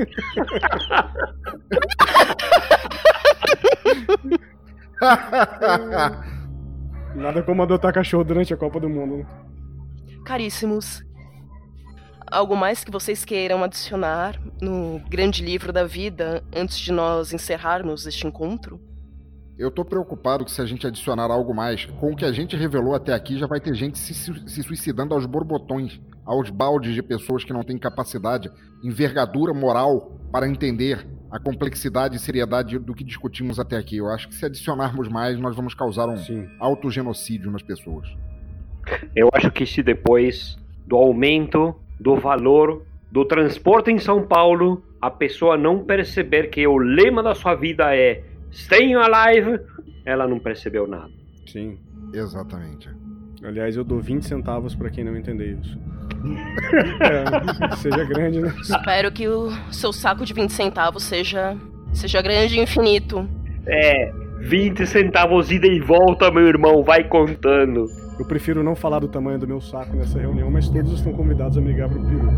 Nada como adotar cachorro durante a Copa do Mundo. Caríssimos, algo mais que vocês queiram adicionar no grande livro da vida antes de nós encerrarmos este encontro? Eu tô preocupado que se a gente adicionar algo mais, com o que a gente revelou até aqui, já vai ter gente se suicidando aos borbotões, aos baldes de pessoas que não têm capacidade, envergadura moral para entender a complexidade e seriedade do que discutimos até aqui. Eu acho que se adicionarmos mais, nós vamos causar um autogenocídio nas pessoas. Eu acho que se depois do aumento do valor do transporte em São Paulo, a pessoa não perceber que o lema da sua vida é Staying Alive, ela não percebeu nada. Sim. Exatamente. Aliás, eu dou 20 centavos pra quem não entender isso. Seja grande, né? Espero que o seu saco de 20 centavos seja grande e infinito. 20 centavos ida e volta, meu irmão, vai contando. Eu prefiro não falar do tamanho do meu saco nessa reunião, mas todos estão convidados a me ligar pro peru.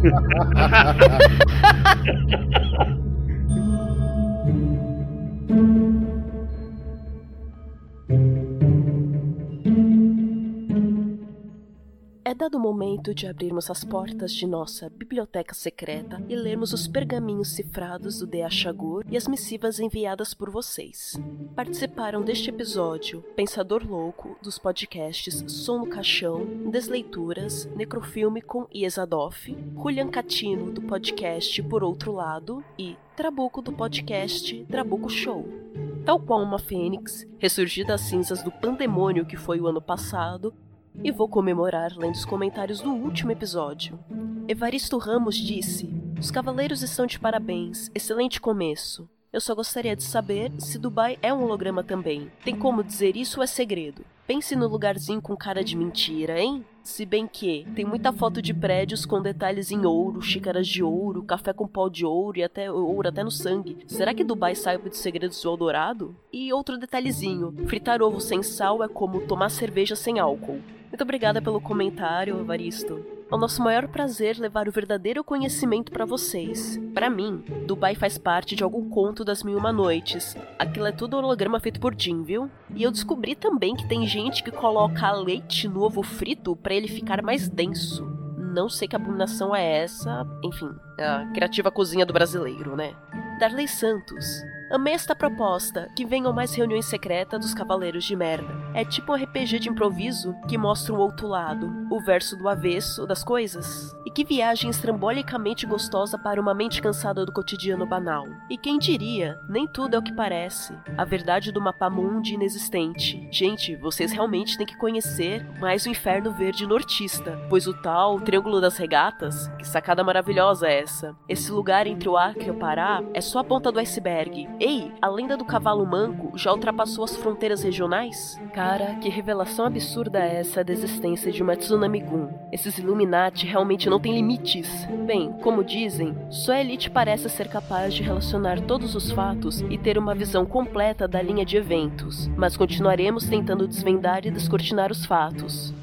É dado o momento de abrirmos as portas de nossa biblioteca secreta e lermos os pergaminhos cifrados do De Achagur e as missivas enviadas por vocês. Participaram deste episódio Pensador Louco, dos podcasts Som no Caixão, Desleituras, Necrofilme com Iezadoff, Julian Catino, do podcast Por Outro Lado, e Trabuco, do podcast Trabuco Show. Tal qual uma fênix, ressurgir das cinzas do pandemônio que foi o ano passado, e vou comemorar lendo os comentários do último episódio. Evaristo Ramos disse: "Os cavaleiros estão de parabéns, excelente começo. Eu só gostaria de saber se Dubai é um holograma também. Tem como dizer isso ou é segredo? Pense no lugarzinho com cara de mentira, hein? Se bem que tem muita foto de prédios com detalhes em ouro, xícaras de ouro, café com pó de ouro e até ouro até no sangue. Será que Dubai sabe de segredos do Eldorado? E outro detalhezinho, fritar ovo sem sal é como tomar cerveja sem álcool." Muito obrigada pelo comentário, Evaristo. É o nosso maior prazer levar o verdadeiro conhecimento para vocês. Para mim, Dubai faz parte de algum conto das 1001 Noites. Aquilo é tudo holograma feito por Jim, viu? E eu descobri também que tem gente que coloca leite no ovo frito para ele ficar mais denso. Não sei que abominação é essa. Enfim, a criativa cozinha do brasileiro, né? Darley Santos. Amei esta proposta, que venham mais reuniões secretas dos Cavaleiros de Merda. É tipo um RPG de improviso que mostra um outro lado, o verso do avesso das coisas. E que viagem estrambolicamente gostosa para uma mente cansada do cotidiano banal. E quem diria, nem tudo é o que parece. A verdade do mapa mundi inexistente. Gente, vocês realmente têm que conhecer mais o Inferno Verde nortista, pois o tal Triângulo das Regatas, que sacada maravilhosa é essa? Esse lugar entre o Acre e o Pará é só a ponta do iceberg. Ei, a lenda do cavalo manco já ultrapassou as fronteiras regionais? Cara, que revelação absurda é essa da existência de uma Tsunami-gun. Esses Illuminati realmente não têm limites. Bem, como dizem, só a elite parece ser capaz de relacionar todos os fatos e ter uma visão completa da linha de eventos, mas continuaremos tentando desvendar e descortinar os fatos.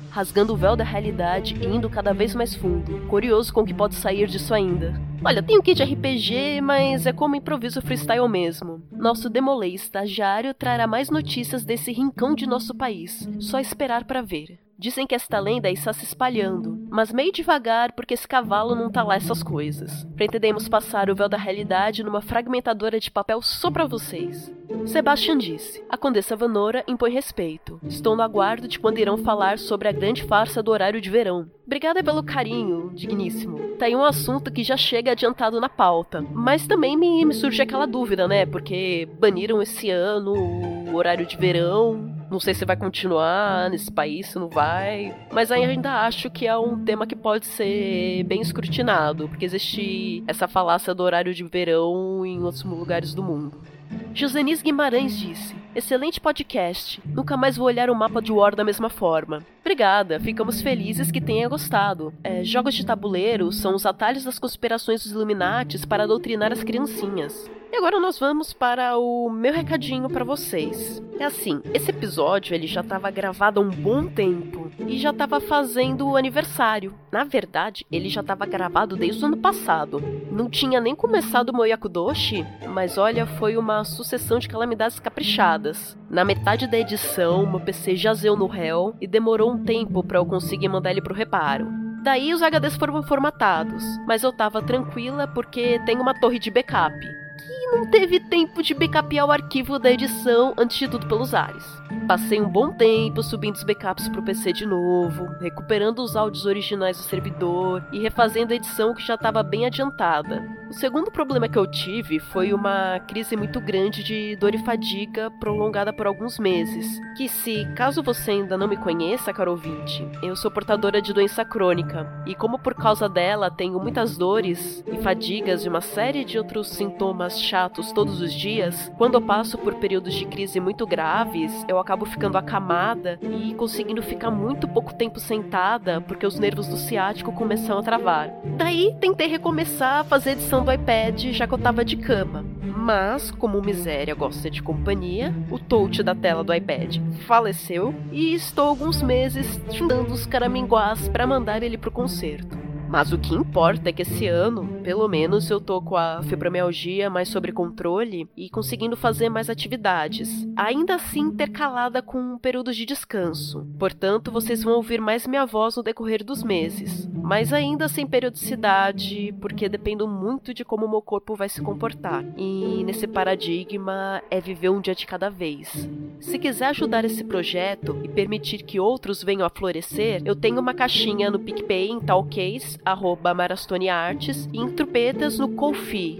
rasgando o véu da realidade e indo cada vez mais fundo, curioso com o que pode sair disso ainda. Olha, tem um kit de RPG, mas é como improviso freestyle mesmo. Nosso Demolei estagiário trará mais notícias desse rincão de nosso país, só esperar pra ver. Dizem que esta lenda está se espalhando, mas meio devagar porque esse cavalo não tá lá essas coisas. Pretendemos passar o véu da realidade numa fragmentadora de papel só pra vocês. Sebastian disse, a Condessa Vanora impõe respeito. Estou no aguardo de quando irão falar sobre a grande farsa do horário de verão. Obrigada pelo carinho, digníssimo. Tá aí um assunto que já chega adiantado na pauta. Mas também me surge aquela dúvida, né? Porque baniram esse ano o horário de verão. Não sei se vai continuar nesse país, se não vai. Mas ainda acho que é um tema que pode ser bem escrutinado. Porque existe essa falácia do horário de verão em outros lugares do mundo. Josenis Guimarães disse, excelente podcast, nunca mais vou olhar o mapa de War da mesma forma. Obrigada, ficamos felizes que tenha gostado. Jogos de tabuleiro são os atalhos das conspirações dos Illuminatis para doutrinar as criancinhas. E agora nós vamos para o meu recadinho para vocês. É assim, esse episódio ele já estava gravado há um bom tempo e já estava fazendo o aniversário. Na verdade, ele já estava gravado desde o ano passado. Não tinha nem começado o Moyakudoshi, mas olha, foi uma sucessão de calamidades caprichadas. Na metade da edição, meu PC jazeu no réu e demorou um tempo para eu conseguir mandar ele pro reparo. Daí os HDs foram formatados, mas eu tava tranquila porque tem uma torre de backup. E não teve tempo de backupear o arquivo da edição antes de tudo pelos ares. Passei um bom tempo subindo os backups pro PC de novo, recuperando os áudios originais do servidor e refazendo a edição que já estava bem adiantada. O segundo problema que eu tive foi uma crise muito grande de dor e fadiga prolongada por alguns meses, que se, caso você ainda não me conheça, caro ouvinte, eu sou portadora de doença crônica, e como por causa dela tenho muitas dores e fadigas e uma série de outros sintomas chatos todos os dias, quando eu passo por períodos de crise muito graves, eu acabo ficando acamada e conseguindo ficar muito pouco tempo sentada porque os nervos do ciático começam a travar. Daí tentei recomeçar a fazer edição do iPad já que eu tava de cama. Mas, como miséria gosta de companhia, o touch da tela do iPad faleceu e estou alguns meses juntando os caraminguás para mandar ele pro concerto. Mas o que importa é que esse ano, pelo menos, eu tô com a fibromialgia mais sob controle e conseguindo fazer mais atividades, ainda assim intercalada com períodos de descanso. Portanto, vocês vão ouvir mais minha voz no decorrer dos meses, mas ainda sem periodicidade, porque dependo muito de como o meu corpo vai se comportar. E nesse paradigma é viver um dia de cada vez. Se quiser ajudar esse projeto e permitir que outros venham a florescer, eu tenho uma caixinha no PicPay em Talcase, @marastoniartes e em Trupetas no Ko-fi,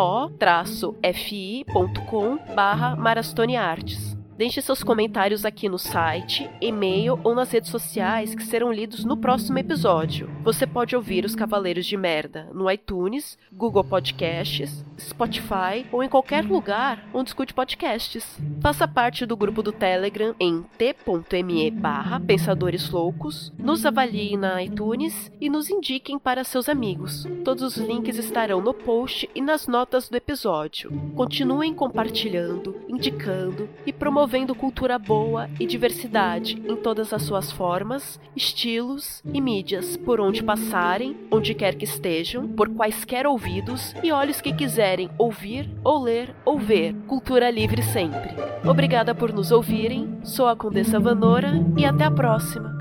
ko-fi.com/marastoniartes. Deixe seus comentários aqui no site, e-mail ou nas redes sociais que serão lidos no próximo episódio. Você pode ouvir os Cavaleiros de Merda no iTunes, Google Podcasts, Spotify ou em qualquer lugar onde escute podcasts. Faça parte do grupo do Telegram em t.me/pensadoresloucos, nos avalie na iTunes e nos indiquem para seus amigos. Todos os links estarão no post e nas notas do episódio. Continuem compartilhando, indicando e promovendo cultura boa e diversidade em todas as suas formas, estilos e mídias por onde passarem, onde quer que estejam, por quaisquer ouvidos e olhos que quiserem ouvir, ou ler, ou ver. Cultura livre sempre. Obrigada por nos ouvirem, sou a Condessa Vanora e até a próxima.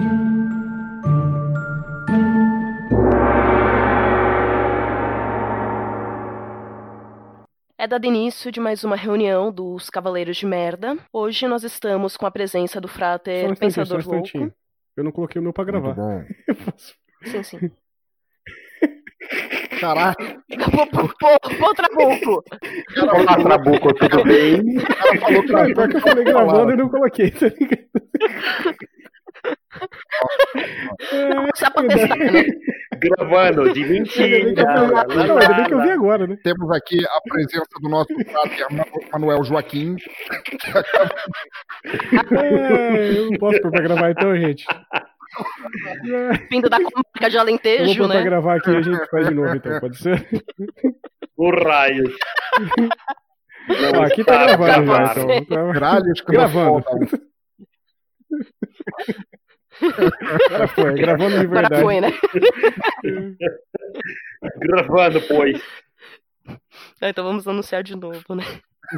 É dado início de mais uma reunião dos Cavaleiros de Merda. Hoje nós estamos com a presença do Frater Pensador Louco. Eu não coloquei o meu pra gravar. Muito bom. Sim. Caraca. Pô, Trabuco! Trabuco, tudo bem? Pior que eu falei gravando e não coloquei, tá ligado? Só pra testar, né? Gravando, de mentira. Ainda bem que eu vi agora, né? Temos aqui a presença do nosso frater Manuel Joaquim. Eu não posso pôr pra gravar então, gente. Vindo da comarca de Alentejo, eu vou pôr né? pra gravar aqui e a gente faz de novo, então, pode ser? O raio. Aqui tá gravando já, então. Gralhos gravando. Agora foi, gravando de verdade. Agora foi, né? Gravando, pois. Então vamos anunciar de novo, né?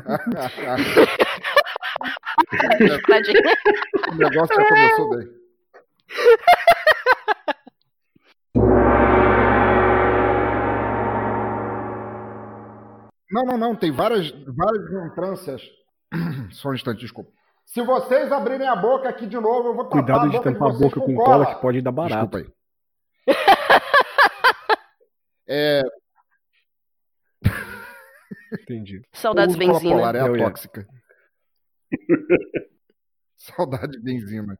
O negócio já começou bem. Não, tem várias entrâncias. Só um instante, desculpa. Se vocês abrirem a boca aqui de novo, eu vou tapar Cuidado a de boca tampar a boca com cola, que pode dar barato. Desculpa aí. Entendi. Saudades Cola benzina. polar, é a tóxica. Saudade de benzina.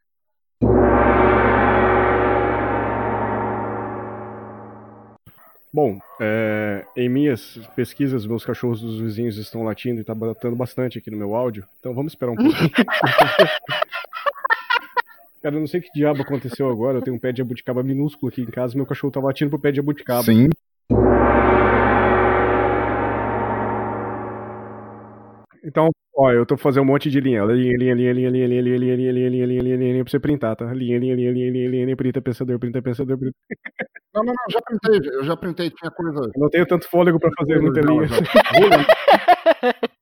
Bom, em minhas pesquisas, meus cachorros dos vizinhos estão latindo e tá batendo bastante aqui no meu áudio. Então vamos esperar um pouquinho. Cara, eu não sei o que diabo aconteceu agora. Eu tenho um pé de jabuticaba minúsculo aqui em casa. Meu cachorro tá latindo pro pé de jabuticaba. Sim. Então, ó, eu tô fazendo um monte de linha. Linha pra você printar, tá? Linha, printa, pensador. Não, eu já printei, tinha coisa. Eu não tenho tanto fôlego pra fazer muita linha.